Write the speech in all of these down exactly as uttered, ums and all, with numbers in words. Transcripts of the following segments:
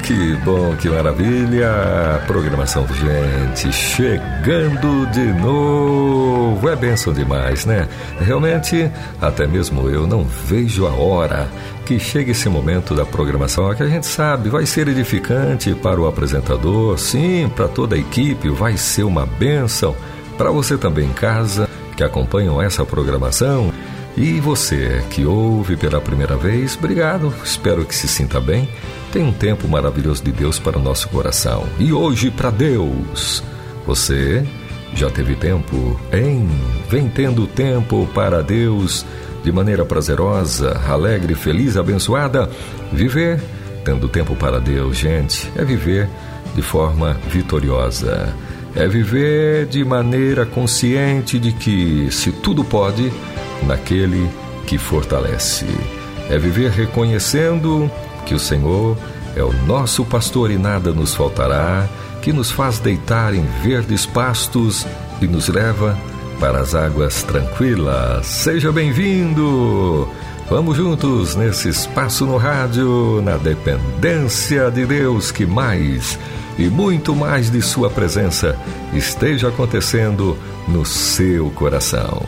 Que bom, que maravilha. Programação Vigente chegando de novo. É bênção demais, né? Realmente, até mesmo eu não vejo a hora que chegue esse momento da programação, que a gente sabe vai ser edificante para o apresentador, sim, para toda a equipe, vai ser uma bênção para você também em casa que acompanham essa programação. E você que ouve pela primeira vez, obrigado, espero que se sinta bem. Tem um tempo maravilhoso de Deus para o nosso coração. E hoje para Deus, você já teve tempo, hein? Vem tendo tempo para Deus de maneira prazerosa, alegre, feliz, abençoada. Viver tendo tempo para Deus, gente, é viver de forma vitoriosa. É viver de maneira consciente de que se tudo pode naquele que fortalece. É viver reconhecendo que o Senhor é o nosso pastor e nada nos faltará, que nos faz deitar em verdes pastos e nos leva para as águas tranquilas. Seja bem-vindo! Vamos juntos nesse espaço no rádio, na dependência de Deus, que mais e muito mais de sua presença esteja acontecendo no seu coração.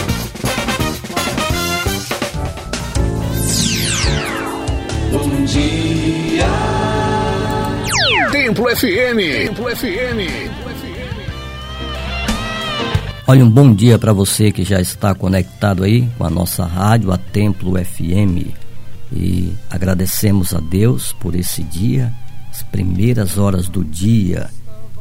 Bom dia, Templo F M, Templo F M. Olha, um bom dia para você que já está conectado aí com a nossa rádio, a Templo F M. E agradecemos a Deus por esse dia, as primeiras horas do dia.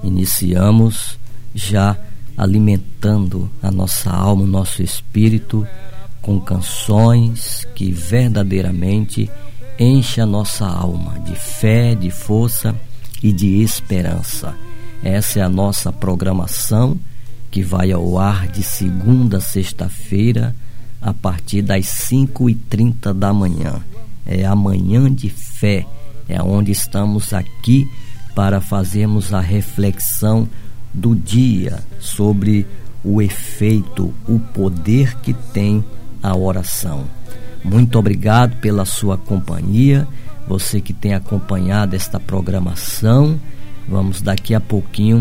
Iniciamos já alimentando a nossa alma, o nosso espírito, com canções que verdadeiramente enche a nossa alma de fé, de força e de esperança. Essa é a nossa programação que vai ao ar de segunda a sexta-feira a partir das cinco e trinta da manhã. É a manhã de fé, é onde estamos aqui para fazermos a reflexão do dia sobre o efeito, o poder que tem a oração. Muito obrigado pela sua companhia, você que tem acompanhado esta programação. Vamos daqui a pouquinho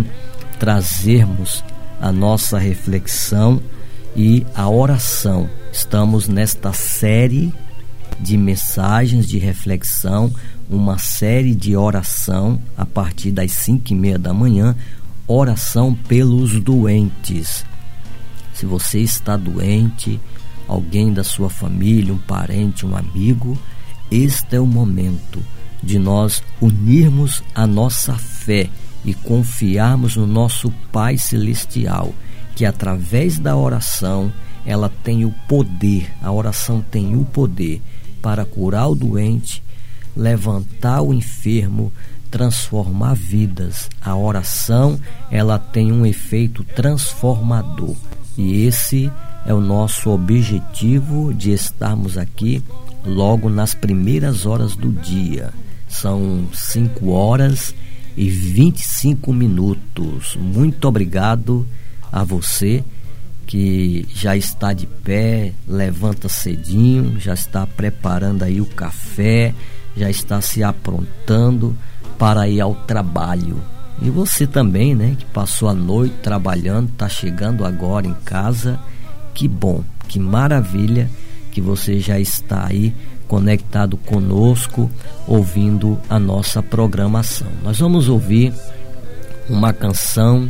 trazermos a nossa reflexão e a oração. Estamos nesta série de mensagens de reflexão, uma série de oração a partir das cinco e meia da manhã, oração pelos doentes. Se você está doente, alguém da sua família, um parente, um amigo, este é o momento de nós unirmos a nossa fé e confiarmos no nosso Pai Celestial, que através da oração, ela tem o poder, a oração tem o poder para curar o doente, levantar o enfermo, transformar vidas. A oração, ela tem um efeito transformador. E esse é o nosso objetivo de estarmos aqui logo nas primeiras horas do dia. São cinco horas e vinte e cinco minutos. Muito obrigado a você que já está de pé, levanta cedinho, já está preparando aí o café, já está se aprontando para ir ao trabalho. E você também, né, que passou a noite trabalhando, está chegando agora em casa. Que bom, que maravilha que você já está aí conectado conosco, ouvindo a nossa programação. Nós vamos ouvir uma canção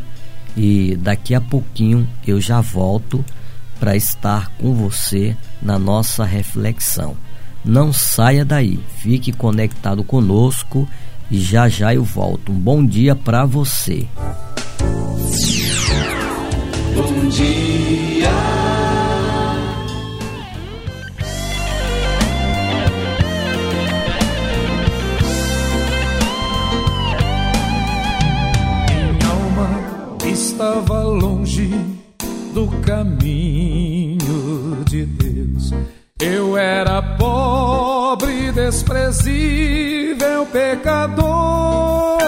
e daqui a pouquinho eu já volto para estar com você na nossa reflexão. Não saia daí, fique conectado conosco e já já eu volto. Um bom dia para você. Bom dia. Minha alma estava longe do caminho de Deus. Eu era pobre, desprezível, pecador,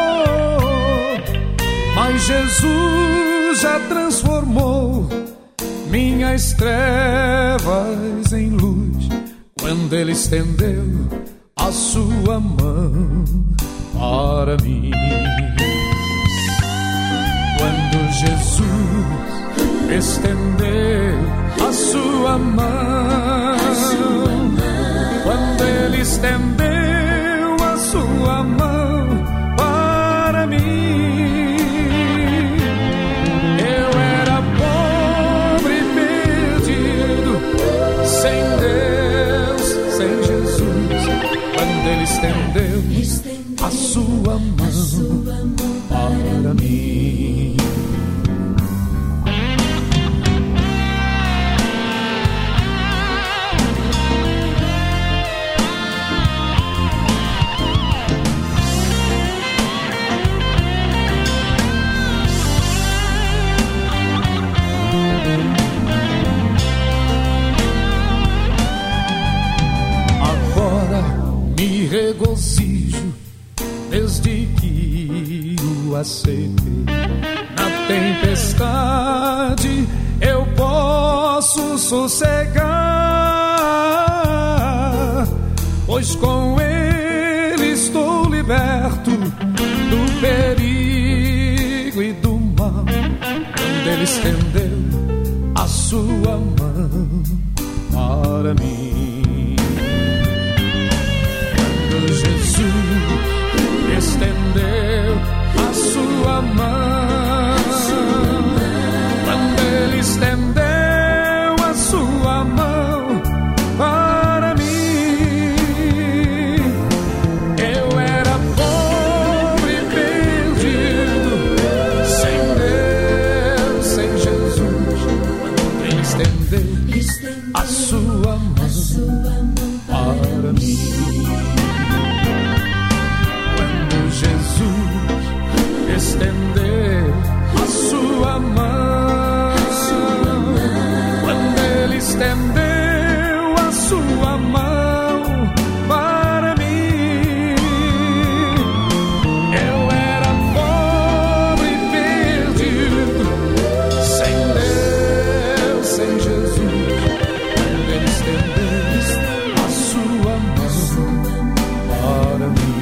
mas Jesus já transformou minhas trevas em luz, quando Ele estendeu a sua mão para mim. Quando Jesus estendeu a sua mão, quando Ele estendeu a sua mão para mim, eu era pobre e perdido, sem Deus, sem Jesus. Quando Ele estendeu a sua mão para mim. Me regozijo desde que o aceitei. Na tempestade eu posso sossegar, pois com Ele estou liberto do perigo e do mal. Quando Ele estendeu a sua mão para mim, Jesus estendeu a sua mão. Quando Ele estendeu a sua mão para mim, eu era pobre e perdido, sem Deus, sem Jesus. Quando Ele estendeu a sua mão para mim, Jesus estendeu a sua mão. Quando Ele estendeu a sua mão para mim, eu era pobre e perdido, sem Deus, sem Jesus. Quando Ele estendeu a sua mão para mim.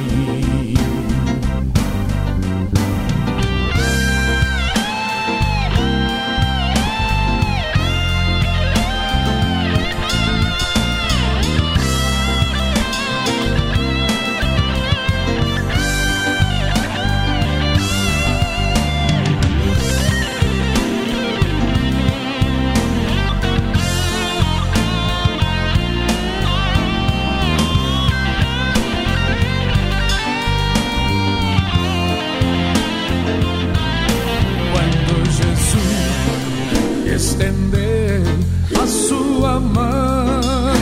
Estender a sua mão.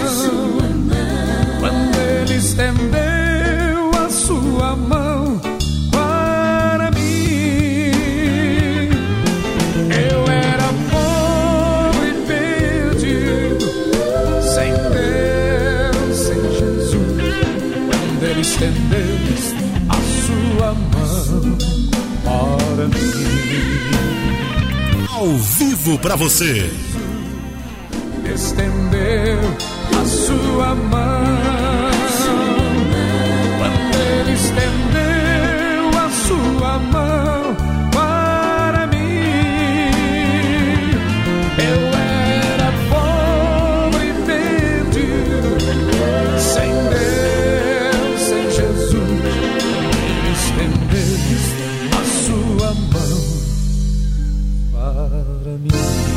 Quando Ele estendeu a sua mão para mim, eu era pobre e perdido, sem Deus, sem Jesus. Quando Ele estendeu a sua mão para mim, ao vivo pra você. Estendeu a sua mão. Quando Ele estendeu a sua mão para mim, eu era pobre e perdido, sem Deus, sem Jesus. Ele estendeu a sua mão para mim.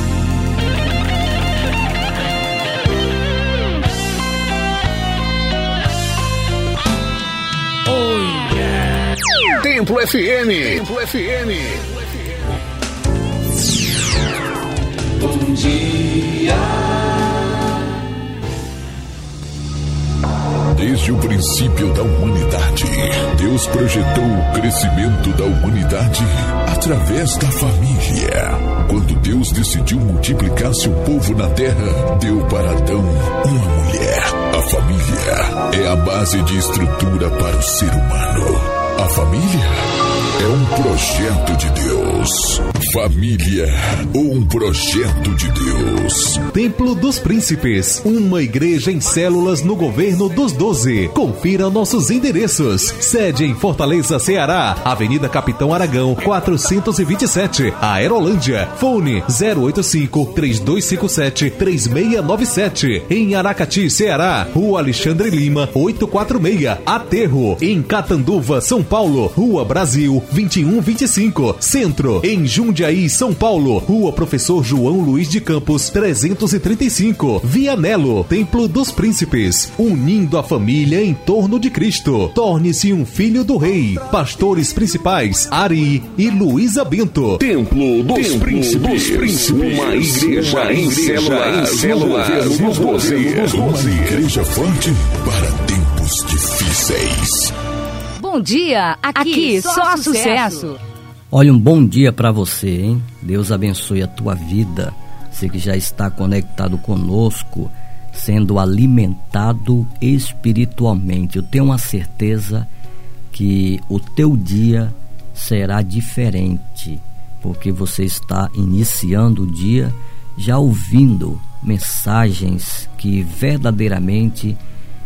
Oh yeah! Templo F M. Templo F M. Bom dia. Desde o princípio da humanidade, Deus projetou o crescimento da humanidade através da família. Quando Deus decidiu multiplicar seu povo na terra, deu para Adão uma mulher. A família é a base de estrutura para o ser humano. A família é um projeto de Deus. Família, um projeto de Deus. Templo dos Príncipes, uma igreja em células no governo dos doze. Confira nossos endereços. Sede em Fortaleza, Ceará, Avenida Capitão Aragão, quatrocentos e vinte e sete, Aerolândia. Fone zero oito cinco, três dois cinco sete, três seis nove sete. Em Aracati, Ceará, Rua Alexandre Lima, oitocentos e quarenta e seis, Aterro. Em Catanduva, São Paulo, Rua Brasil, vinte e um vinte e cinco, Centro. Em Jundiaí, São Paulo, Rua Professor João Luiz de Campos, trezentos e trinta e cinco, Vianello. Templo dos Príncipes, unindo a família em torno de Cristo. Torne-se um filho do Rei. Pastores principais, Ari e Luísa Bento. Templo dos Templo Príncipes, dos Príncipes, uma igreja, uma em células, células nos doze. Uma igreja forte para tempos difíceis. Bom dia, aqui, aqui só, só sucesso. sucesso. Olha, um bom dia para você, hein? Deus abençoe a tua vida. Você que já está conectado conosco, sendo alimentado espiritualmente. Eu tenho uma certeza que o teu dia será diferente, porque você está iniciando o dia já ouvindo mensagens que verdadeiramente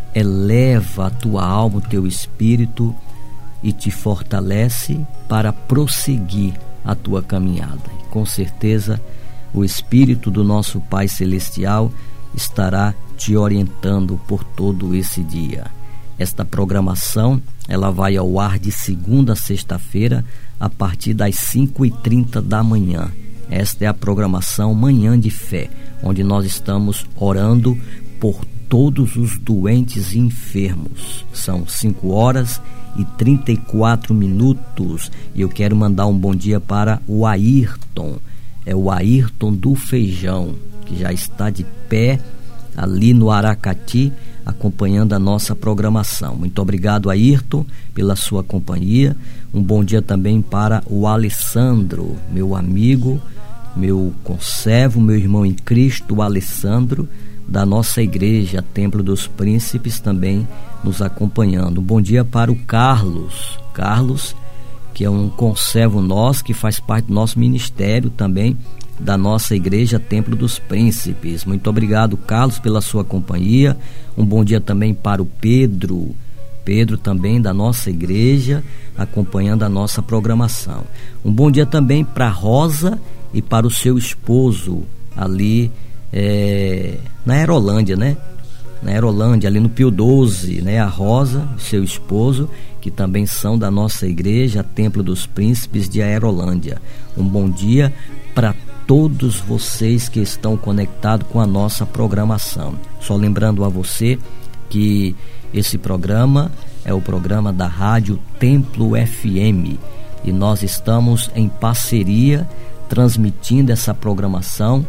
eleva a tua alma, o teu espírito e te fortalece para prosseguir a tua caminhada. Com certeza, o Espírito do nosso Pai Celestial estará te orientando por todo esse dia. Esta programação, ela vai ao ar de segunda a sexta-feira, a partir das cinco e trinta da manhã. Esta é a programação Manhã de Fé, onde nós estamos orando por todos os doentes e enfermos. São cinco horas e trinta e quatro minutos. E eu quero mandar um bom dia para o Ayrton. É o Ayrton do Feijão, que já está de pé ali no Aracati, acompanhando a nossa programação. Muito obrigado, Ayrton, pela sua companhia. Um bom dia também para o Alessandro, meu amigo, meu conservo, meu irmão em Cristo, o Alessandro, da nossa igreja, Templo dos Príncipes, também nos acompanhando. Um bom dia para o Carlos, Carlos, que é um conservo nosso, que faz parte do nosso ministério também, da nossa igreja Templo dos Príncipes. Muito obrigado, Carlos, pela sua companhia. Um bom dia também para o Pedro, Pedro também da nossa igreja, acompanhando a nossa programação. Um bom dia também para a Rosa e para o seu esposo, ali é, na Aerolândia, né? Na Aerolândia, ali no Pio doze, né? A Rosa e seu esposo, que também são da nossa igreja Templo dos Príncipes de Aerolândia. Um bom dia para todos vocês que estão conectados com a nossa programação. Só lembrando a você que esse programa é o programa da Rádio Templo F M e nós estamos em parceria transmitindo essa programação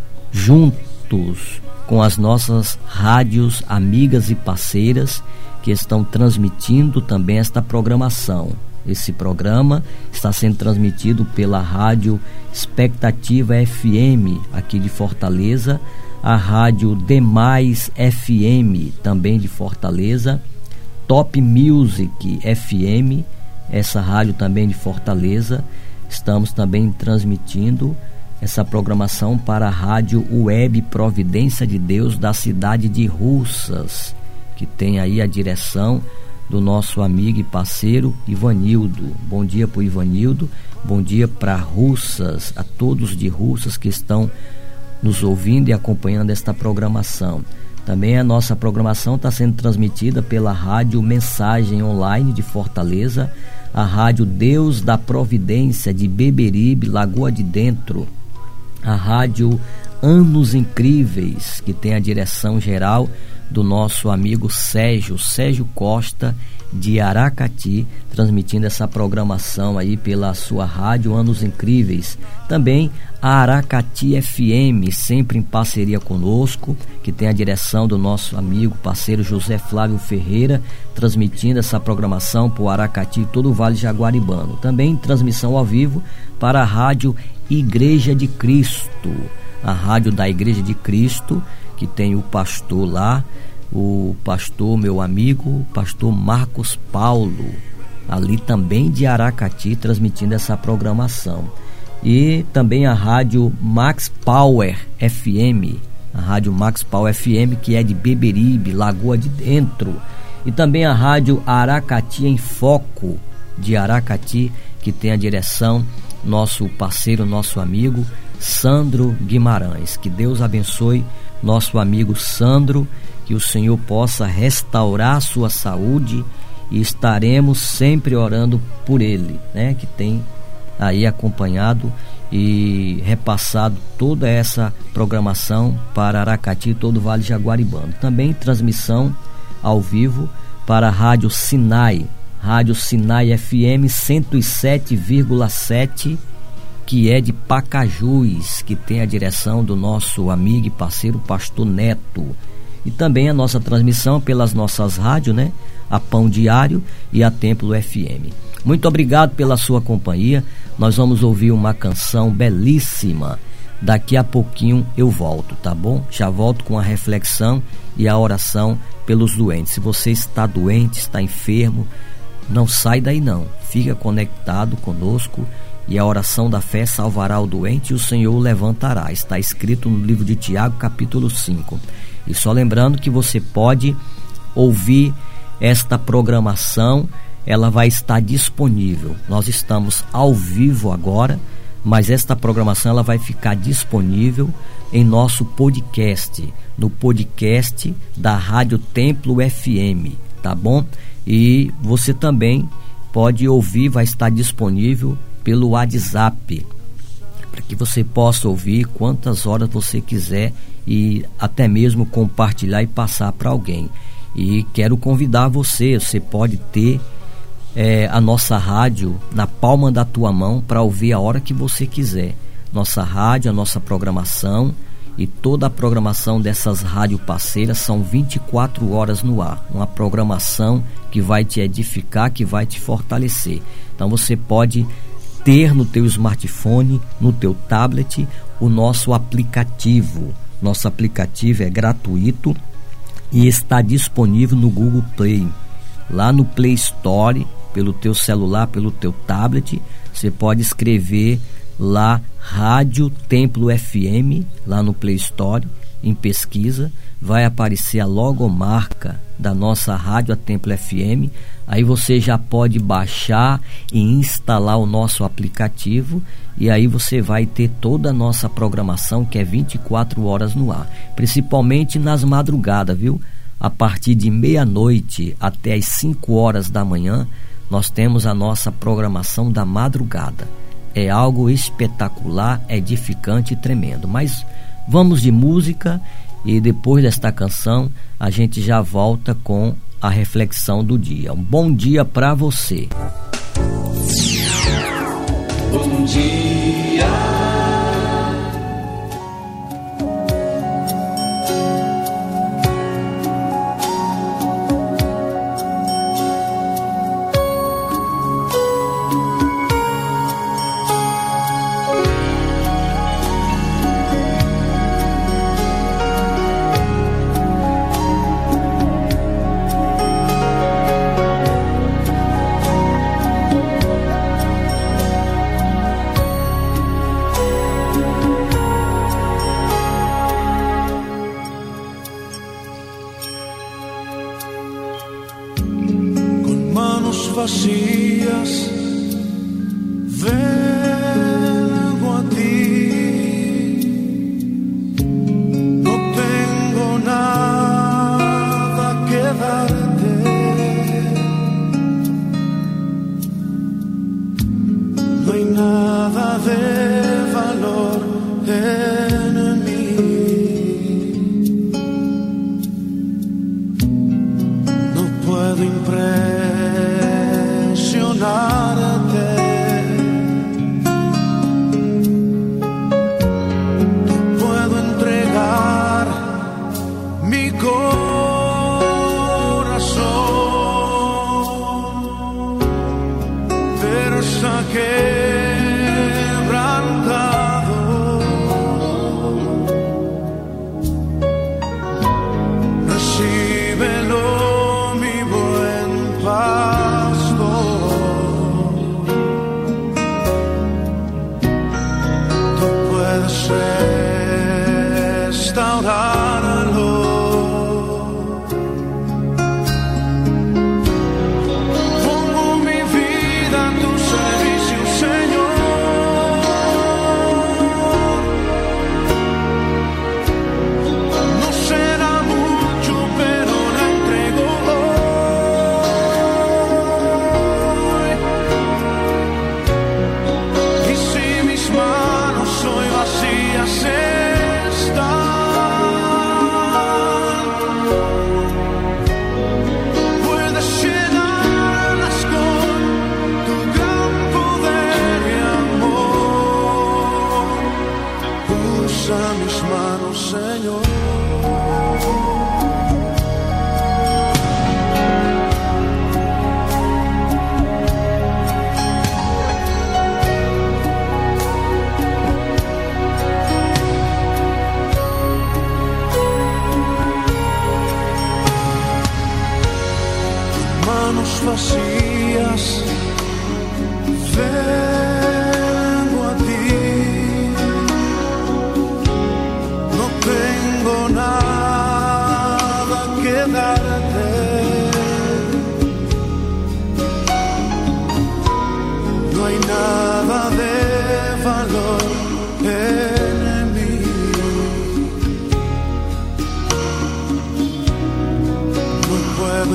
juntos com as nossas rádios amigas e parceiras que estão transmitindo também esta programação. Esse programa está sendo transmitido pela Rádio Expectativa F M, aqui de Fortaleza, a Rádio Demais F M, também de Fortaleza, Top Music F M, essa rádio também de Fortaleza. Estamos também transmitindo essa programação para a Rádio Web Providência de Deus da cidade de Russas, que tem aí a direção do nosso amigo e parceiro Ivanildo. Bom dia para o Ivanildo, bom dia para Russas, a todos de Russas que estão nos ouvindo e acompanhando esta programação. Também a nossa programação está sendo transmitida pela Rádio Mensagem Online de Fortaleza, a Rádio Deus da Providência de Beberibe, Lagoa de Dentro, a Rádio Anos Incríveis, que tem a direção geral do nosso amigo Sérgio, Sérgio Costa, de Aracati, transmitindo essa programação aí pela sua rádio Anos Incríveis. Também a Aracati F M, sempre em parceria conosco, que tem a direção do nosso amigo, parceiro José Flávio Ferreira, transmitindo essa programação por Aracati e todo o Vale Jaguaribano. Também transmissão ao vivo para a rádio Igreja de Cristo, a rádio da Igreja de Cristo, que tem o pastor lá, o pastor, meu amigo, o pastor Marcos Paulo, ali também de Aracati, transmitindo essa programação. E também a rádio Max Power F M, a rádio Max Power F M, que é de Beberibe, Lagoa de Dentro. E também a rádio Aracati em Foco, de Aracati, que tem a direção nosso parceiro, nosso amigo Sandro Guimarães. Que Deus abençoe nosso amigo Sandro, que o Senhor possa restaurar a sua saúde, e estaremos sempre orando por ele, né? Que tem aí acompanhado e repassado toda essa programação para Aracati e todo o Vale Jaguaribano. Também transmissão ao vivo para a Rádio Sinai, Rádio Sinai F M cento e sete vírgula sete, que é de Pacajus, que tem a direção do nosso amigo e parceiro Pastor Neto. E também a nossa transmissão pelas nossas rádios, né? A Pão Diário e a Templo F M. Muito obrigado pela sua companhia. Nós vamos ouvir uma canção belíssima. Daqui a pouquinho eu volto, tá bom? Já volto com a reflexão e a oração pelos doentes. Se você está doente, está enfermo, não sai daí não. Fica conectado conosco, e a oração da fé salvará o doente e o Senhor o levantará. Está escrito no livro de Tiago, capítulo cinco. E só lembrando que você pode ouvir esta programação, ela vai estar disponível. Nós estamos ao vivo agora, mas esta programação ela vai ficar disponível em nosso podcast, no podcast da Rádio Templo F M, tá bom? E você também pode ouvir, vai estar disponível pelo WhatsApp, para que você possa ouvir quantas horas você quiser e até mesmo compartilhar e passar para alguém. E quero convidar você, você pode ter é, a nossa rádio na palma da tua mão para ouvir a hora que você quiser. Nossa rádio, a nossa programação e toda a programação dessas rádios parceiras são vinte e quatro horas no ar. Uma programação que vai te edificar, que vai te fortalecer. Então você pode ter no teu smartphone, no teu tablet, o nosso aplicativo. Nosso aplicativo é gratuito e está disponível no Google Play. Lá no Play Store, pelo teu celular, pelo teu tablet, você pode escrever lá Rádio Templo F M, lá no Play Store, em pesquisa, vai aparecer a logomarca da nossa rádio, a Templo F M. Aí você já pode baixar e instalar o nosso aplicativo, e aí você vai ter toda a nossa programação, que é vinte e quatro horas no ar, principalmente nas madrugadas, viu? A partir de meia-noite até as cinco horas da manhã, nós temos a nossa programação da madrugada. É algo espetacular, edificante e tremendo. Mas vamos de música, e depois desta canção a gente já volta com a reflexão do dia. Um bom dia para você. Bom dia. Vacías, vengo a ti, no tengo nada que darte, no hay nada de valor en mí, no puedo impresionar Vacías, vengo a ti, no tengo nada que darte, no hay nada de valor en mí, no puedo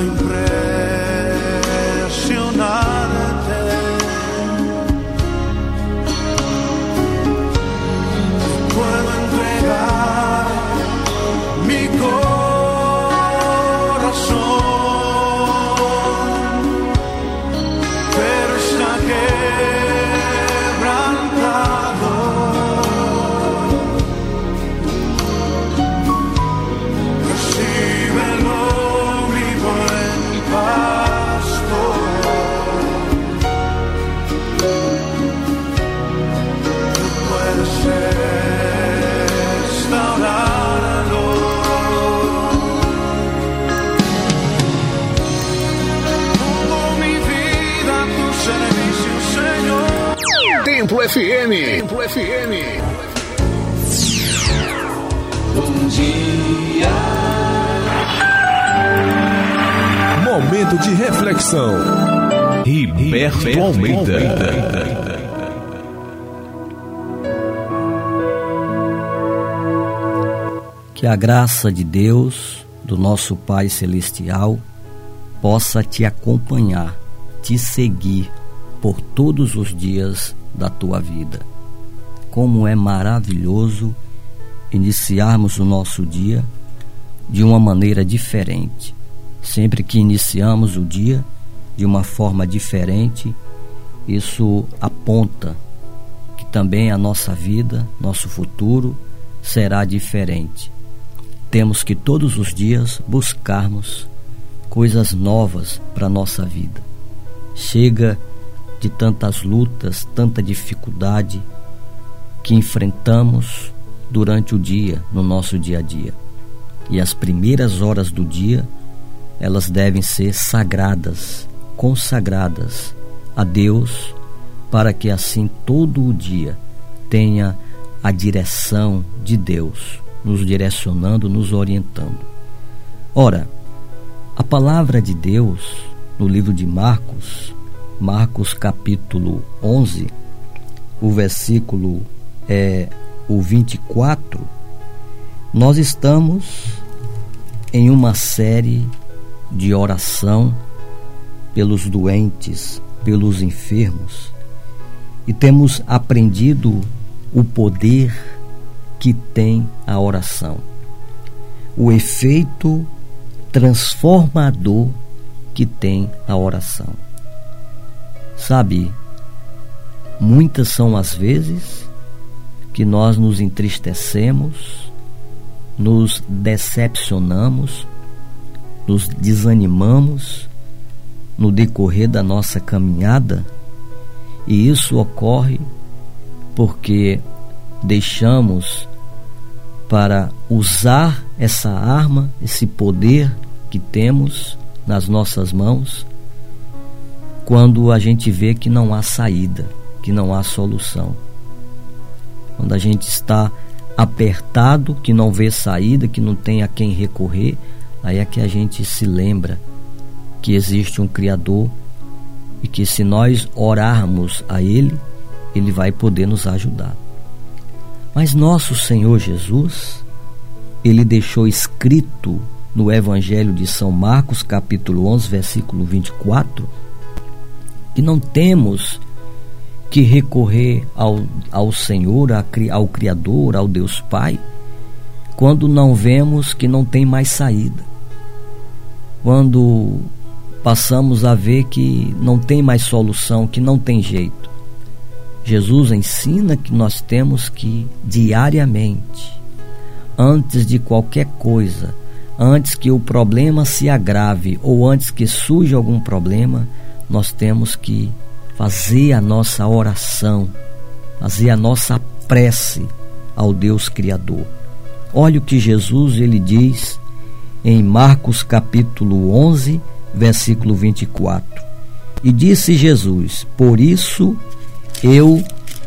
impresionarte, puedo entregar mi corazón, pero está quebrantado. Recíbelo, mi buen pastor. Templo F M. Templo F M. Bom dia. Momento de reflexão. Riberto Almeida. Que a graça de Deus, do nosso Pai Celestial, possa te acompanhar, te seguir por todos os dias da tua vida. Como é maravilhoso iniciarmos o nosso dia de uma maneira diferente. Sempre que iniciamos o dia de uma forma diferente, isso aponta que também a nossa vida, nosso futuro será diferente. Temos que todos os dias buscarmos coisas novas para a nossa vida. Chega de tantas lutas, tanta dificuldade que enfrentamos durante o dia, no nosso dia a dia. E as primeiras horas do dia, elas devem ser sagradas, consagradas a Deus, para que assim todo o dia tenha a direção de Deus, nos direcionando, nos orientando. Ora, a palavra de Deus no livro de Marcos, Marcos capítulo onze, o versículo é o vinte e quatro, nós estamos em uma série de oração pelos doentes, pelos enfermos, e temos aprendido o poder que tem a oração, o efeito transformador que tem a oração. Sabe, muitas são as vezes que nós nos entristecemos, nos decepcionamos, nos desanimamos no decorrer da nossa caminhada, e isso ocorre porque deixamos para usar essa arma, esse poder que temos nas nossas mãos, quando a gente vê que não há saída, que não há solução. Quando a gente está apertado, que não vê saída, que não tem a quem recorrer, aí é que a gente se lembra que existe um Criador e que se nós orarmos a Ele, Ele vai poder nos ajudar. Mas nosso Senhor Jesus, Ele deixou escrito no Evangelho de São Marcos, capítulo onze, versículo vinte e quatro, que não temos que recorrer ao, ao Senhor, ao Criador, ao Deus Pai, quando não vemos que não tem mais saída, quando passamos a ver que não tem mais solução, que não tem jeito. Jesus ensina que nós temos que diariamente, antes de qualquer coisa, antes que o problema se agrave ou antes que surja algum problema, nós temos que fazer a nossa oração, fazer a nossa prece ao Deus Criador. Olha o que Jesus ele diz em Marcos capítulo onze, versículo vinte e quatro. E disse Jesus: por isso eu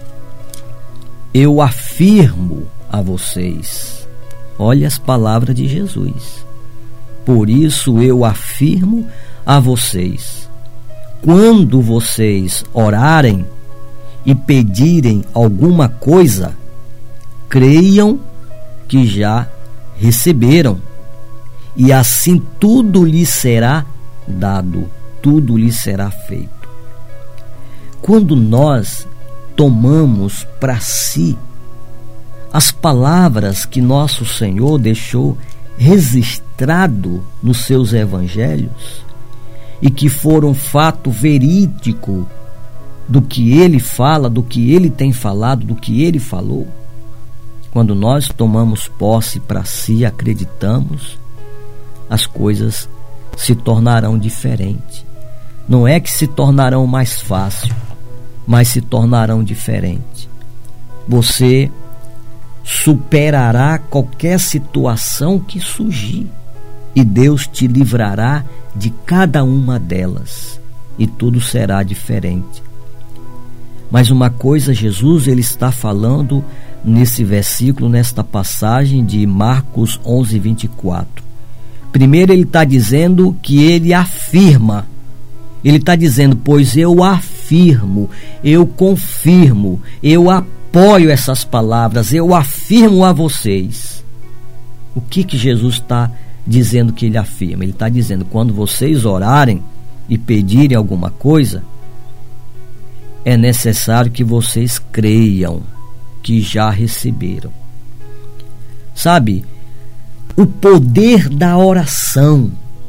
eu afirmo a vocês. Olha as palavras de Jesus. Por isso eu afirmo a vocês, quando vocês orarem e pedirem alguma coisa, creiam que já receberam, e assim tudo lhes será dado, tudo lhes será feito. Quando nós tomamos para si as palavras que nosso Senhor deixou registrado nos seus evangelhos e que foram fato verídico do que ele fala, do que ele tem falado, do que ele falou, quando nós tomamos posse para si e acreditamos, as coisas se tornarão diferentes. Não é que se tornarão mais fácil, mas se tornarão diferentes. Você superará qualquer situação que surgir e Deus te livrará de cada uma delas e tudo será diferente. Mas uma coisa Jesus ele está falando nesse versículo, nesta passagem de Marcos onze, vinte e quatro. Primeiro ele está dizendo que ele afirma, ele está dizendo, pois eu afirmo, eu confirmo, eu apoio essas palavras, eu afirmo a vocês. O que que Jesus está dizendo que ele afirma? Ele está dizendo, quando vocês orarem e pedirem alguma coisa, é necessário que vocês creiam que já receberam. Sabe, o poder da oração,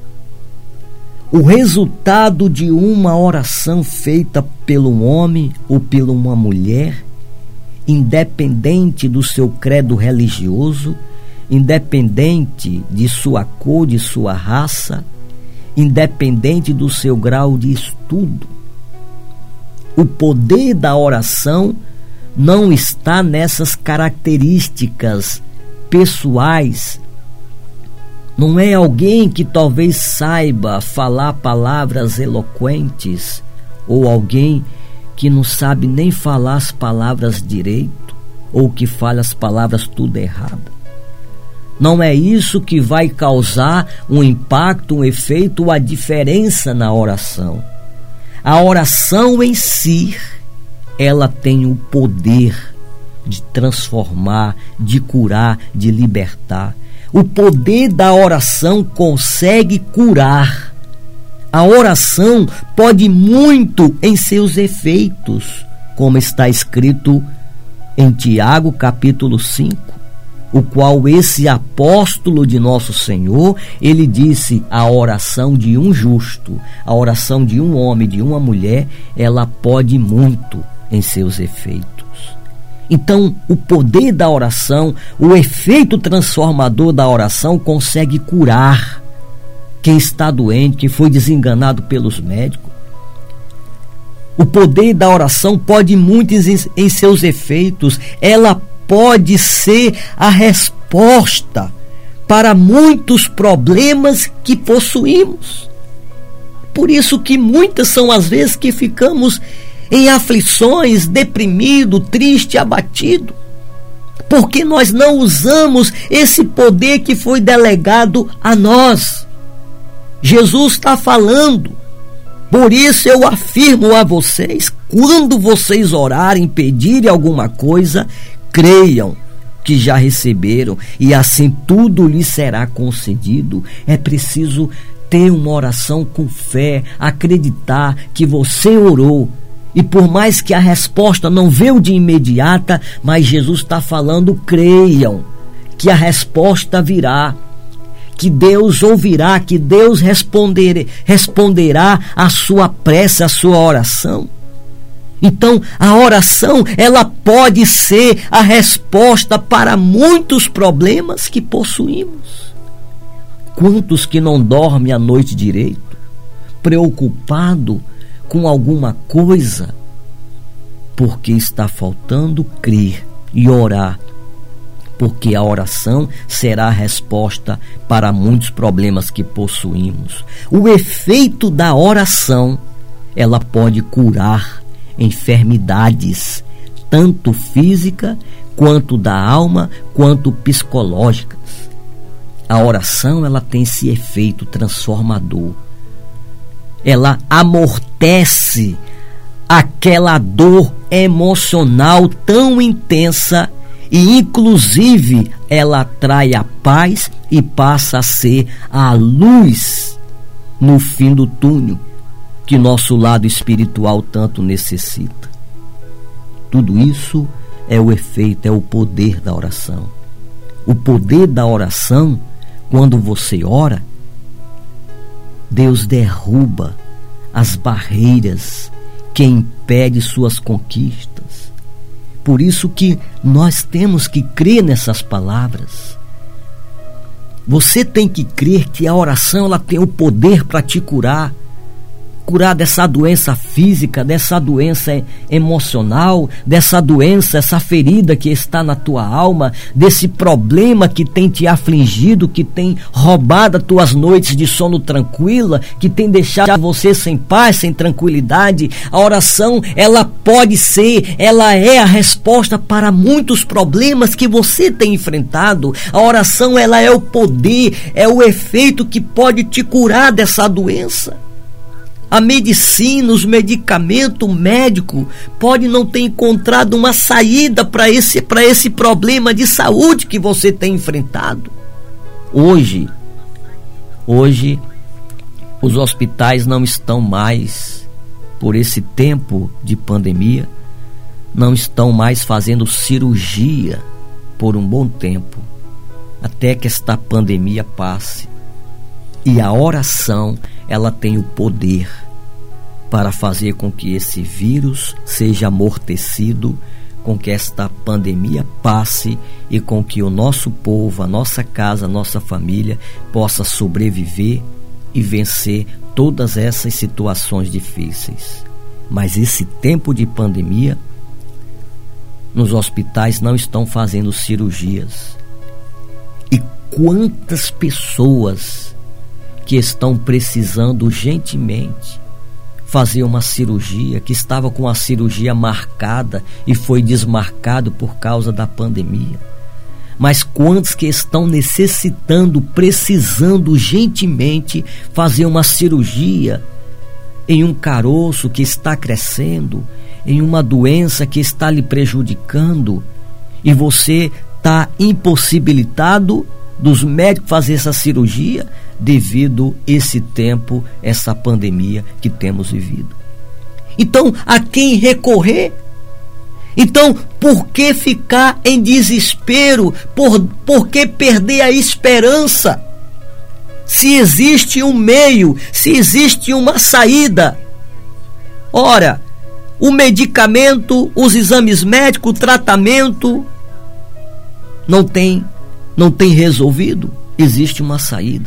o resultado de uma oração feita pelo homem ou por uma mulher, independente do seu credo religioso, independente de sua cor, de sua raça, independente do seu grau de estudo. O poder da oração não está nessas características pessoais. Não é alguém que talvez saiba falar palavras eloquentes, ou alguém que não sabe nem falar as palavras direito, ou que fala as palavras tudo errado. Não é isso que vai causar um impacto, um efeito ou a diferença na oração. A oração em si, ela tem o poder de transformar, de curar, de libertar. O poder da oração consegue curar. A oração pode muito em seus efeitos, como está escrito em Tiago capítulo cinco, o qual esse apóstolo de nosso Senhor, ele disse, a oração de um justo, a oração de um homem, de uma mulher, ela pode muito em seus efeitos. Então, o poder da oração, o efeito transformador da oração consegue curar quem está doente, quem foi desenganado pelos médicos. O poder da oração pode muito em, em seus efeitos. Ela pode ser a resposta para muitos problemas que possuímos. Por isso que muitas são as vezes que ficamos em aflições, deprimido, triste, abatido, porque nós não usamos esse poder que foi delegado a nós. Jesus está falando, por isso eu afirmo a vocês, quando vocês orarem, pedirem alguma coisa, creiam que já receberam e assim tudo lhes será concedido. É preciso ter uma oração com fé, acreditar que você orou. E por mais que a resposta não veio de imediata, mas Jesus está falando, creiam que a resposta virá, que Deus ouvirá, que Deus responder, responderá a sua prece, a sua oração. Então, a oração, ela pode ser a resposta para muitos problemas que possuímos. Quantos que não dormem a noite direito, preocupado com alguma coisa, porque está faltando crer e orar, porque a oração será a resposta para muitos problemas que possuímos. O efeito da oração, ela pode curar enfermidades, tanto física, quanto da alma, quanto psicológicas. A oração, ela tem esse efeito transformador. Ela amortece aquela dor emocional tão intensa e, inclusive, ela atrai a paz e passa a ser a luz no fim do túnel que nosso lado espiritual tanto necessita. Tudo isso é o efeito, é o poder da oração. O poder da oração, quando você ora, Deus derruba as barreiras que impedem suas conquistas. Por isso que nós temos que crer nessas palavras. Você tem que crer que a oração, ela tem o poder para te curar. Curar dessa doença física, dessa doença emocional, dessa doença, essa ferida que está na tua alma, desse problema que tem te afligido, que tem roubado as tuas noites de sono tranquila, que tem deixado você sem paz, sem tranquilidade. A oração, ela pode ser, ela é a resposta para muitos problemas que você tem enfrentado. A oração, ela é o poder, é o efeito que pode te curar dessa doença. A medicina, os medicamentos, o médico pode não ter encontrado uma saída para esse, para esse problema de saúde que você tem enfrentado. Hoje, hoje, os hospitais não estão mais, por esse tempo de pandemia, não estão mais fazendo cirurgia por um bom tempo, até que esta pandemia passe. E a oração, ela tem o poder para fazer com que esse vírus seja amortecido, com que esta pandemia passe e com que o nosso povo, a nossa casa, a nossa família possa sobreviver e vencer todas essas situações difíceis. Mas esse tempo de pandemia, nos hospitais não estão fazendo cirurgias. E quantas pessoas que estão precisando urgentemente fazer uma cirurgia, que estava com a cirurgia marcada e foi desmarcado por causa da pandemia. Mas quantos que estão necessitando, precisando urgentemente fazer uma cirurgia em um caroço que está crescendo, em uma doença que está lhe prejudicando, e você está impossibilitado dos médicos fazer essa cirurgia devido a esse tempo, essa pandemia que temos vivido. Então, a quem recorrer? Então, por que ficar em desespero? Por, por que perder a esperança? Se existe um meio, se existe uma saída. Ora, o medicamento, os exames médicos, o tratamento não tem, não tem resolvido. Existe uma saída.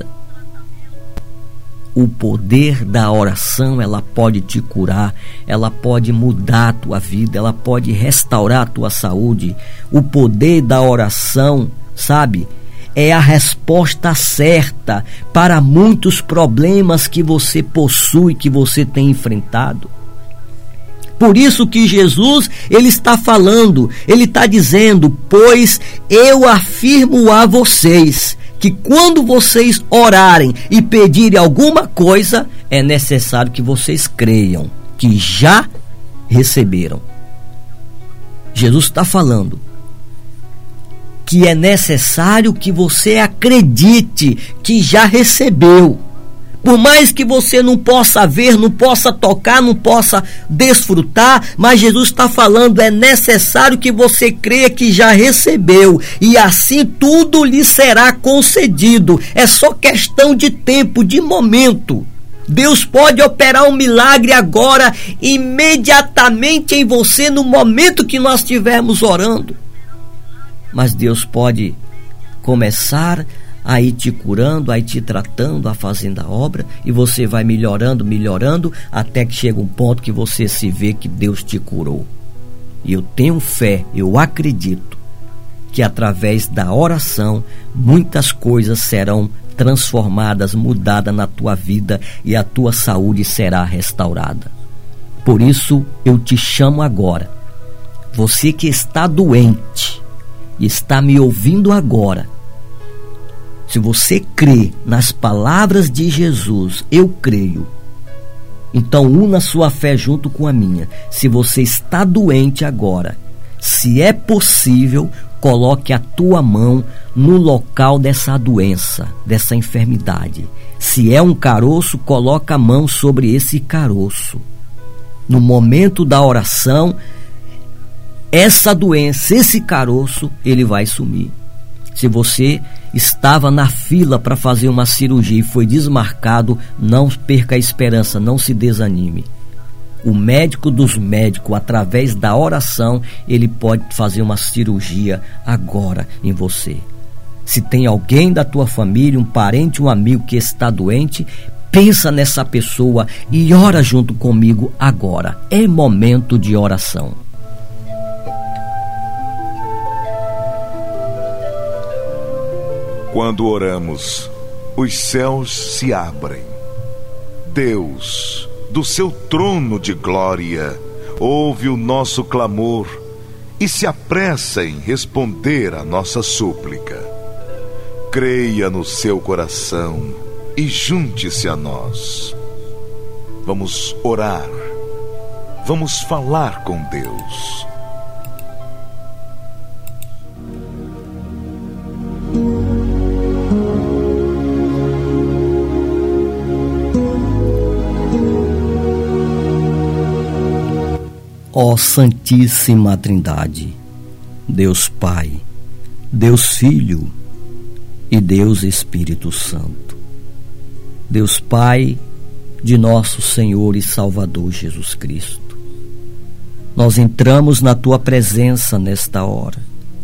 O poder da oração, ela pode te curar, ela pode mudar a tua vida, ela pode restaurar a tua saúde. O poder da oração, sabe, é a resposta certa para muitos problemas que você possui, que você tem enfrentado. Por isso que Jesus, ele está falando, ele está dizendo: pois eu afirmo a vocês que quando vocês orarem e pedirem alguma coisa, é necessário que vocês creiam que já receberam. Jesus está falando que é necessário que você acredite que já recebeu. Por mais que você não possa ver, não possa tocar, não possa desfrutar, mas Jesus está falando, é necessário que você creia que já recebeu, e assim tudo lhe será concedido. É só questão de tempo, de momento. Deus pode operar um milagre agora, imediatamente em você, no momento que nós estivermos orando. Mas Deus pode começar a ir te curando, a ir te tratando, a fazendo a obra, e você vai melhorando, melhorando, até que chega um ponto que você se vê que Deus te curou. E eu tenho fé, eu acredito que através da oração muitas coisas serão transformadas, mudadas na tua vida, e a tua saúde será restaurada. Por isso eu te chamo agora, você que está doente e está me ouvindo agora, se você crê nas palavras de Jesus, eu creio, então una sua fé junto com a minha. Se você está doente agora, se é possível, coloque a tua mão no local dessa doença, dessa enfermidade. Se é um caroço, coloca a mão sobre esse caroço. No momento da oração, essa doença, esse caroço, ele vai sumir. Se você estava na fila para fazer uma cirurgia e foi desmarcado, não perca a esperança, não se desanime. O médico dos médicos, através da oração, ele pode fazer uma cirurgia agora em você. Se tem alguém da tua família, um parente, um amigo que está doente, pensa nessa pessoa e ora junto comigo agora. É momento de oração. Quando oramos, os céus se abrem. Deus, do seu trono de glória, ouve o nosso clamor e se apressa em responder a nossa súplica. Creia no seu coração e junte-se a nós. Vamos orar. Vamos falar com Deus. Ó Santíssima Trindade, Deus Pai, Deus Filho e Deus Espírito Santo. Deus Pai de nosso Senhor e Salvador Jesus Cristo, nós entramos na Tua presença nesta hora,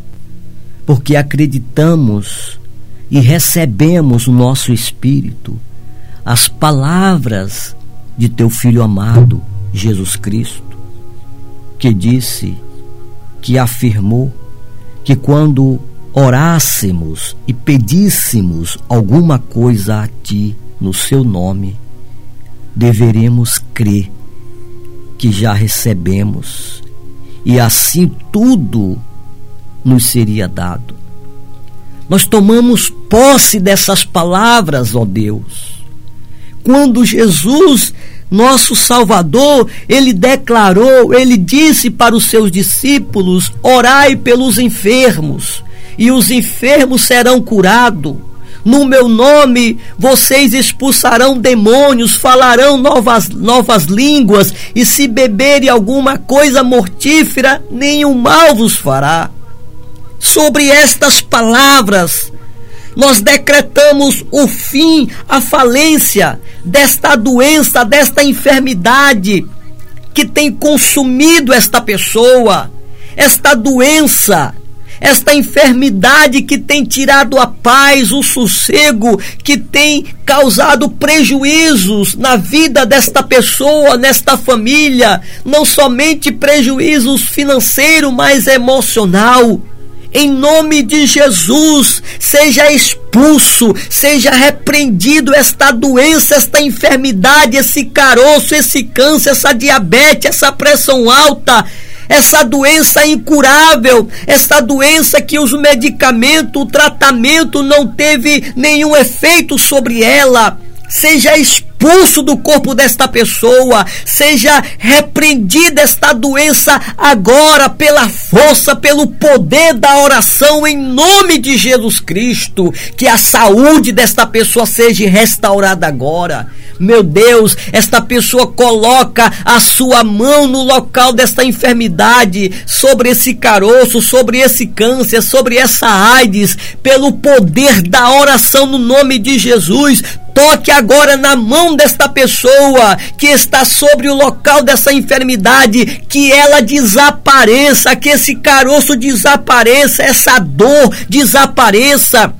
porque acreditamos e recebemos no nosso espírito as palavras de Teu Filho amado, Jesus Cristo, que disse, que afirmou que quando orássemos e pedíssemos alguma coisa a Ti no Seu nome, deveremos crer que já recebemos, e assim tudo nos seria dado. Nós tomamos posse dessas palavras, ó Deus, quando Jesus, nosso Salvador, ele declarou, ele disse para os seus discípulos: orai pelos enfermos, e os enfermos serão curados. No meu nome vocês expulsarão demônios, falarão novas, novas línguas, e se beberem alguma coisa mortífera, nenhum mal vos fará. Sobre estas palavras, nós decretamos o fim, a falência desta doença, desta enfermidade que tem consumido esta pessoa, esta doença, esta enfermidade que tem tirado a paz, o sossego, que tem causado prejuízos na vida desta pessoa, nesta família, não somente prejuízos financeiros, mas emocional. Em nome de Jesus, seja expulso, seja repreendido esta doença, esta enfermidade, esse caroço, esse câncer, essa diabetes, essa pressão alta, essa doença incurável, essa doença que os medicamentos, o tratamento não teve nenhum efeito sobre ela. Seja expulso do corpo desta pessoa, seja repreendida esta doença agora pela força, pelo poder da oração, em nome de Jesus Cristo. Que a saúde desta pessoa seja restaurada agora. Meu Deus, esta pessoa coloca a sua mão no local desta enfermidade, sobre esse caroço, sobre esse câncer, sobre essa AIDS, pelo poder da oração no nome de Jesus. Toque agora na mão desta pessoa que está sobre o local dessa enfermidade, que ela desapareça, que esse caroço desapareça, essa dor desapareça.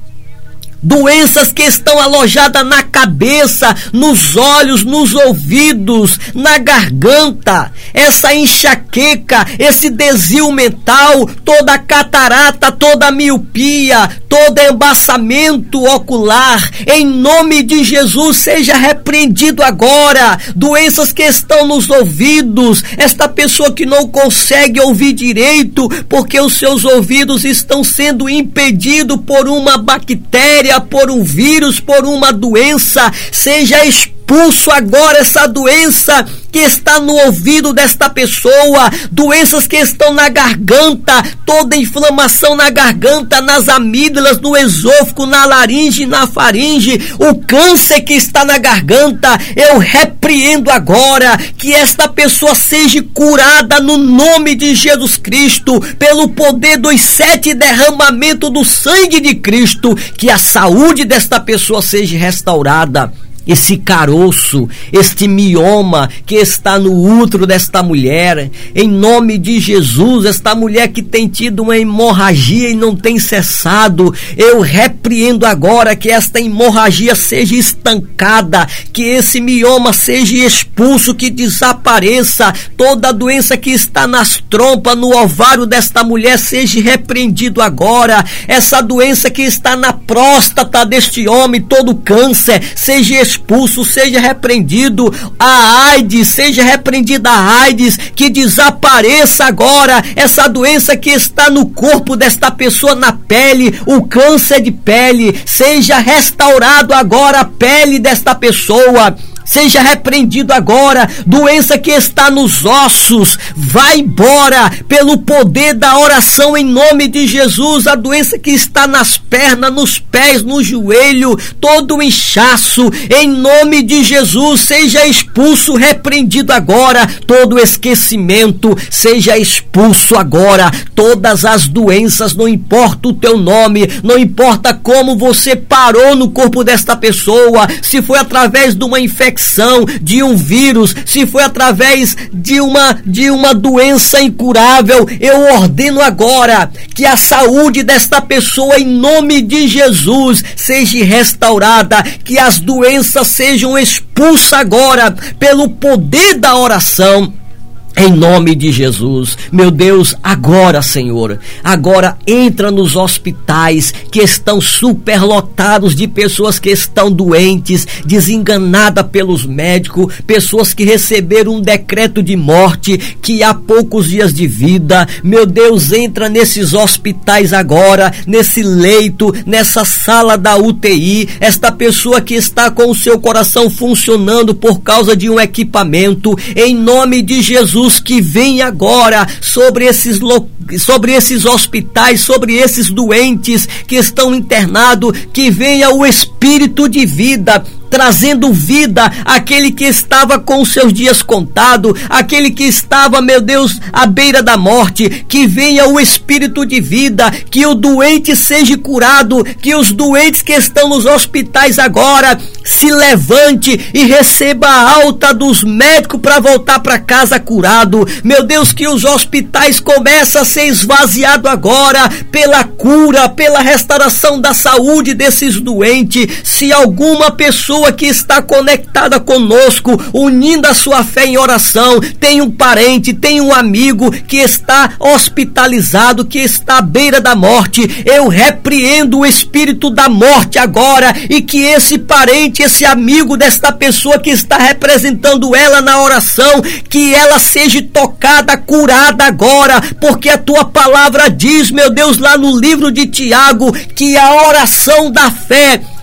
Doenças que estão alojadas na cabeça, nos olhos, nos ouvidos, na garganta, essa enxaqueca, esse desvio mental, toda catarata, toda miopia, todo embaçamento ocular, em nome de Jesus, seja repreendido agora. Doenças que estão nos ouvidos, esta pessoa que não consegue ouvir direito, porque os seus ouvidos estão sendo impedidos por uma bactéria, por um vírus, por uma doença, seja expulso agora essa doença que está no ouvido desta pessoa, doenças que estão na garganta, toda inflamação na garganta, nas amígdalas, no esôfago, na laringe, na faringe, o câncer que está na garganta, eu repreendo agora, que esta pessoa seja curada no nome de Jesus Cristo, pelo poder dos sete derramamentos do sangue de Cristo, que a saúde desta pessoa seja restaurada. Esse caroço, este mioma que está no útero desta mulher, em nome de Jesus, esta mulher que tem tido uma hemorragia e não tem cessado, eu repreendo agora que esta hemorragia seja estancada, que esse mioma seja expulso, que desapareça, toda doença que está nas trompas, no ovário desta mulher seja repreendido agora, essa doença que está na próstata deste homem, todo câncer, seja expulso, expulso, seja repreendido, a AIDS, seja repreendida a AIDS, que desapareça agora essa doença que está no corpo desta pessoa, na pele, o câncer de pele, seja restaurado agora a pele desta pessoa. Seja repreendido agora, doença que está nos ossos, vai embora, pelo poder da oração em nome de Jesus, a doença que está nas pernas, nos pés, no joelho, todo o inchaço, em nome de Jesus, seja expulso, repreendido agora, todo esquecimento, seja expulso agora, todas as doenças, não importa o teu nome, não importa como você parou no corpo desta pessoa, se foi através de uma infecção, de um vírus, se foi através de uma, de uma doença incurável, eu ordeno agora que a saúde desta pessoa, em nome de Jesus, seja restaurada, que as doenças sejam expulsas agora pelo poder da oração. Em nome de Jesus, meu Deus, agora, Senhor, agora entra nos hospitais que estão superlotados de pessoas que estão doentes, desenganadas pelos médicos, pessoas que receberam um decreto de morte, que há poucos dias de vida. Meu Deus, entra nesses hospitais agora, nesse leito, nessa sala da U T I, esta pessoa que está com o seu coração funcionando por causa de um equipamento, em nome de Jesus, que vem agora sobre esses, sobre esses hospitais, sobre esses doentes que estão internados, que venha o Espírito de vida, trazendo vida àquele que estava com os seus dias contados, aquele que estava, meu Deus, à beira da morte, que venha o Espírito de vida, que o doente seja curado, que os doentes que estão nos hospitais agora se levante e receba a alta dos médicos para voltar para casa curado. Meu Deus, que os hospitais comecem a ser esvaziados agora pela cura, pela restauração da saúde desses doentes. Se alguma pessoa que está conectada conosco, unindo a sua fé em oração, tem um parente, tem um amigo que está hospitalizado, que está à beira da morte, eu repreendo o espírito da morte agora, e que esse parente, esse amigo desta pessoa que está representando ela na oração, que ela seja tocada, curada agora, porque a tua palavra diz, meu Deus, lá no livro de Tiago, que a oração da fé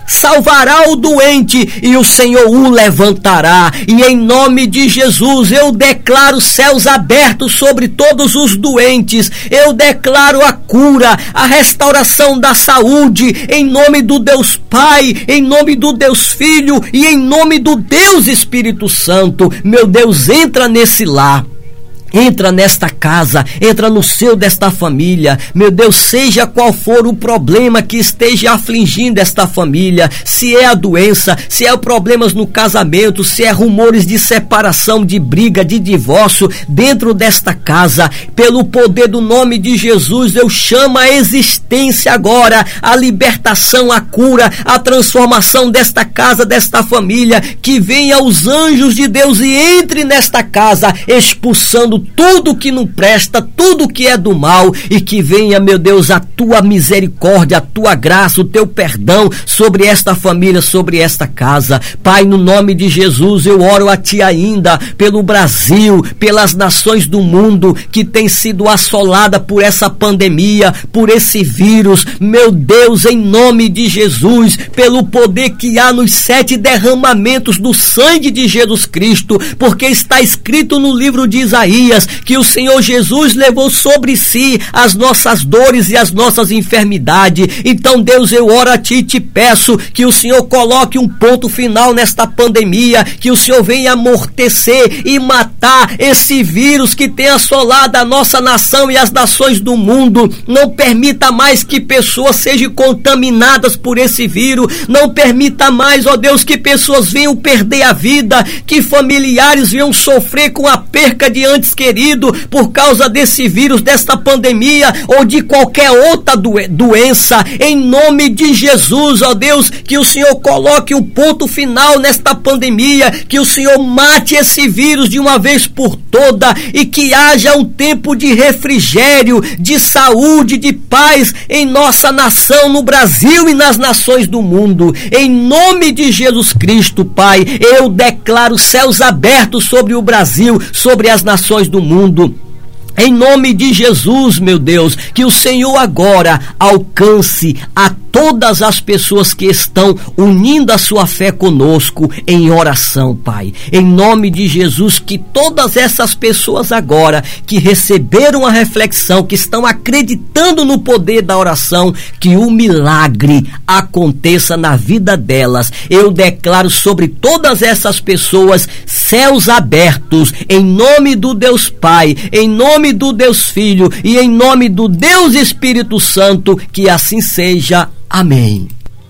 salvará o doente e o Senhor o levantará. E em nome de Jesus eu declaro céus abertos sobre todos os doentes. Eu declaro a cura, a restauração da saúde, em nome do Deus Pai, em nome do Deus Filho e em nome do Deus Espírito Santo. Meu Deus, entra nesse lar. Entra nesta casa, entra no seio desta família. Meu Deus, seja qual for o problema que esteja afligindo esta família, se é a doença, se é problemas no casamento, se é rumores de separação, de briga, de divórcio dentro desta casa, pelo poder do nome de Jesus, eu chamo a existência agora, a libertação, a cura, a transformação desta casa, desta família, que venha os anjos de Deus e entre nesta casa, expulsando tudo que não presta, tudo que é do mal, e que venha, meu Deus, a tua misericórdia, a tua graça, o teu perdão sobre esta família, sobre esta casa. Pai, no nome de Jesus, eu oro a ti ainda pelo Brasil, pelas nações do mundo que tem sido assolada por essa pandemia, por esse vírus. Meu Deus, em nome de Jesus, pelo poder que há nos sete derramamentos do sangue de Jesus Cristo, porque está escrito no livro de Isaías que o Senhor Jesus levou sobre si as nossas dores e as nossas enfermidades. Então, Deus, eu oro a ti e te peço que o Senhor coloque um ponto final nesta pandemia, que o Senhor venha amortecer e matar esse vírus que tem assolado a nossa nação e as nações do mundo. Não permita mais que pessoas sejam contaminadas por esse vírus, não permita mais, ó Deus, que pessoas venham perder a vida, que familiares venham sofrer com a perca de antes querido por causa desse vírus, desta pandemia ou de qualquer outra doen- doença. Em nome de Jesus, ó Deus, que o Senhor coloque um ponto final nesta pandemia, que o Senhor mate esse vírus de uma vez por toda e que haja um tempo de refrigério, de saúde, de paz em nossa nação, no Brasil e nas nações do mundo. Em nome de Jesus Cristo, Pai, eu declaro céus abertos sobre o Brasil, sobre as nações do mundo. Em nome de Jesus, meu Deus, que o Senhor agora alcance a todas as pessoas que estão unindo a sua fé conosco em oração, Pai. Em nome de Jesus, que todas essas pessoas agora que receberam a reflexão, que estão acreditando no poder da oração, que o milagre aconteça na vida delas. Eu declaro sobre todas essas pessoas céus abertos, em nome do Deus Pai, em nome do Deus Filho e em nome do Deus Espírito Santo, que assim seja. Amém.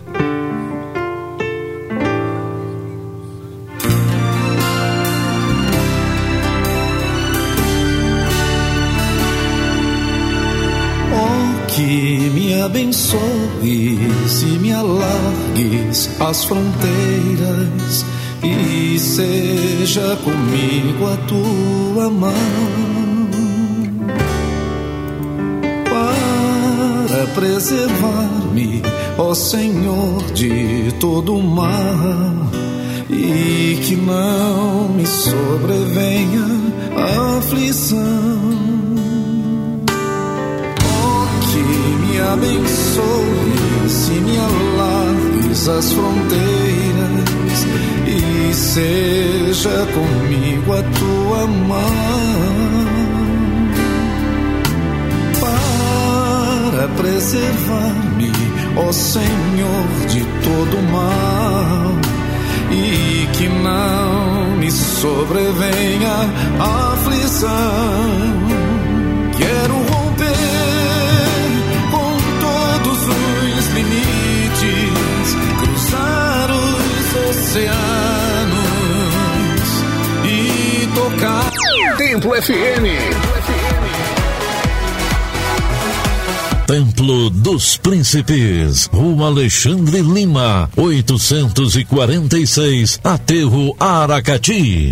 Oh, que me abençoes e me alargues as fronteiras e seja comigo a tua mão para preservar-me, ó Senhor, de todo o mal, e que não me sobrevenha a aflição. Oh, que me abençoes e me alargues as fronteiras e seja comigo a tua mão para preservar-me, ó Senhor, de todo o mal, e que não me sobrevenha a aflição. Quero romper com todos os limites, cruzar os oceanos e tocar Templo F M. Templo dos Príncipes, Rua Alexandre Lima, oitocentos e quarenta e seis, Aterro Aracati.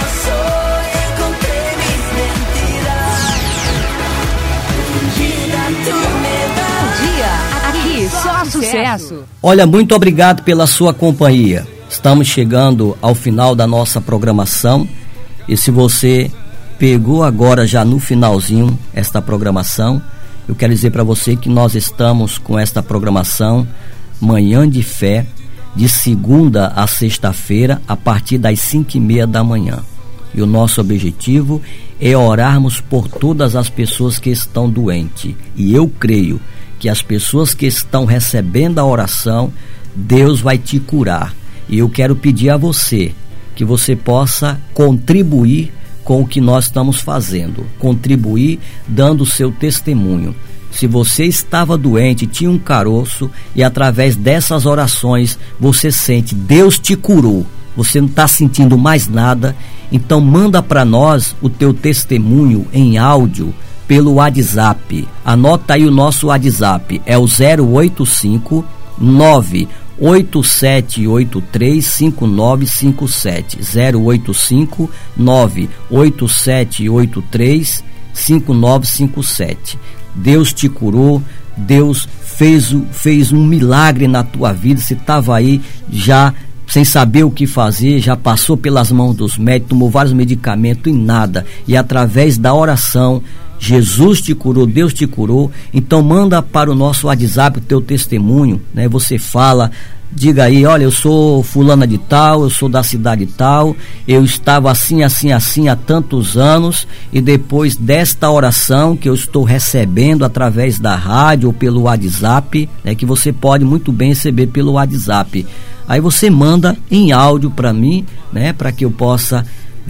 Aqui, só sucesso. Olha, muito obrigado pela sua companhia. Estamos chegando ao final da nossa programação. E se você pegou agora já no finalzinho esta programação, eu quero dizer para você que nós estamos com esta programação Manhã de Fé, de segunda a sexta-feira, a partir das cinco e meia da manhã. E o nosso objetivo é orarmos por todas as pessoas que estão doentes. E eu creio que as pessoas que estão recebendo a oração, Deus vai te curar. E eu quero pedir a você que você possa contribuir com o que nós estamos fazendo, contribuir dando o seu testemunho. Se você estava doente, tinha um caroço, e através dessas orações você sente, Deus te curou, você não está sentindo mais nada, então manda para nós o teu testemunho em áudio pelo WhatsApp. Anota aí o nosso WhatsApp, é o zero oito cinco, nove oito sete oito três, cinco nove cinco sete, zero oito cinco, nove oito sete oito três, cinco nove cinco sete. Deus te curou, Deus fez, fez um milagre na tua vida. Você estava aí já sem saber o que fazer, já passou pelas mãos dos médicos, tomou vários medicamentos e nada, e através da oração Jesus te curou, Deus te curou. Então manda para o nosso WhatsApp o teu testemunho, né? Você fala, diga aí, olha, eu sou fulana de tal, eu sou da cidade tal, eu estava assim, assim, assim há tantos anos, e depois desta oração que eu estou recebendo através da rádio ou pelo WhatsApp, né, que você pode muito bem receber pelo WhatsApp, aí você manda em áudio para mim, né, para que eu possa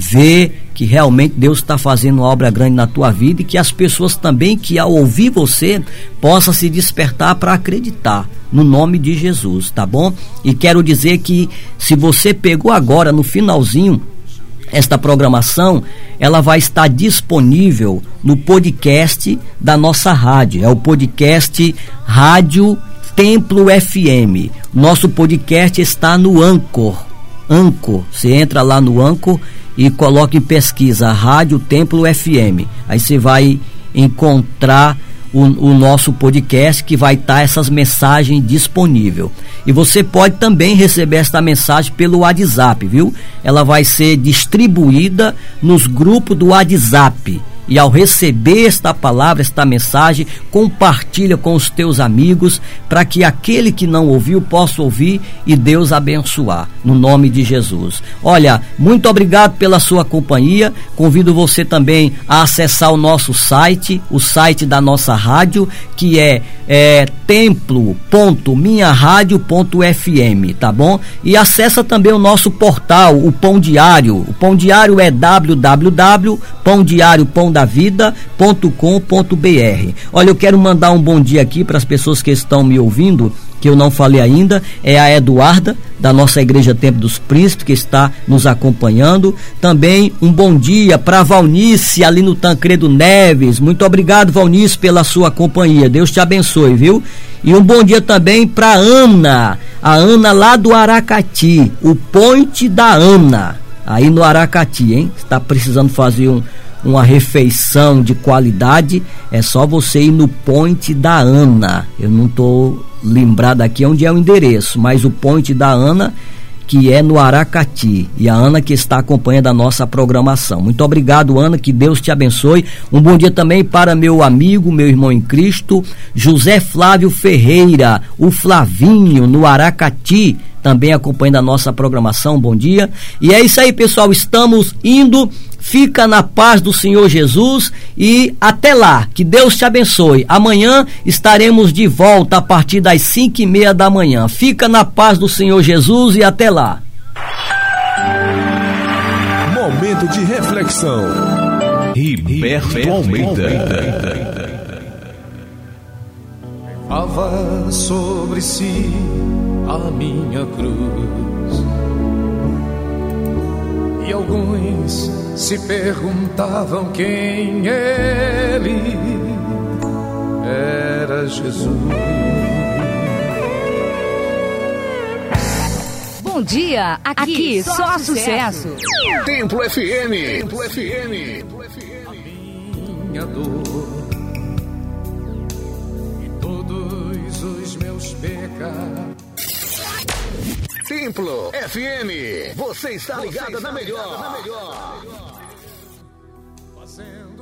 ver que realmente Deus está fazendo uma obra grande na tua vida, e que as pessoas também que ao ouvir você possam se despertar para acreditar no nome de Jesus, tá bom? E quero dizer que se você pegou agora no finalzinho esta programação, ela vai estar disponível no podcast da nossa rádio, é o podcast Rádio Templo F M. Nosso podcast está no Anchor. Anchor, você entra lá no Anchor e coloca em pesquisa Rádio Templo F M, aí você vai encontrar o, o nosso podcast, que vai estar essas mensagens disponível. E você pode também receber esta mensagem pelo WhatsApp, viu? Ela vai ser distribuída nos grupos do WhatsApp. E ao receber esta palavra, esta mensagem, compartilha com os teus amigos, para que aquele que não ouviu possa ouvir e Deus abençoar, no nome de Jesus. Olha, muito obrigado pela sua companhia. Convido você também a acessar o nosso site, o site da nossa rádio, que é, é templo ponto minha rádio ponto f m, tá bom? E acessa também o nosso portal, o Pão Diário. O Pão Diário é w w w ponto pão diário pão da vida ponto com ponto b r. Olha, eu quero mandar um bom dia aqui para as pessoas que estão me ouvindo, que eu não falei ainda, é a Eduarda, da nossa Igreja Templo dos Príncipes, que está nos acompanhando. Também um bom dia para Valnice, ali no Tancredo Neves. Muito obrigado, Valnice, pela sua companhia. Deus te abençoe, viu? E um bom dia também para Ana, a Ana lá do Aracati, o Ponte da Ana, aí no Aracati, hein? Está precisando fazer um uma refeição de qualidade, é só você ir no Ponte da Ana. Eu não estou lembrado aqui onde é o endereço, mas o Ponte da Ana, que é no Aracati, e a Ana que está acompanhando a nossa programação. Muito obrigado, Ana, que Deus te abençoe. Um bom dia também para meu amigo, meu irmão em Cristo, José Flávio Ferreira, o Flavinho, no Aracati, também acompanhando a nossa programação. Bom dia. E é isso aí, pessoal, estamos indo. Fica na paz do Senhor Jesus e até lá, que Deus te abençoe. Amanhã estaremos de volta a partir das cinco e meia da manhã. Fica na paz do Senhor Jesus e até lá. Momento de reflexão. Riberto Almeida. Levava sobre si a minha cruz, e alguns se perguntavam quem ele era. Jesus. Bom dia, aqui, aqui só, só sucesso. sucesso. Templo F M. Templo F M. A minha dor e todos os meus pecados. Templo F M. Você está ligado na melhor. Fazendo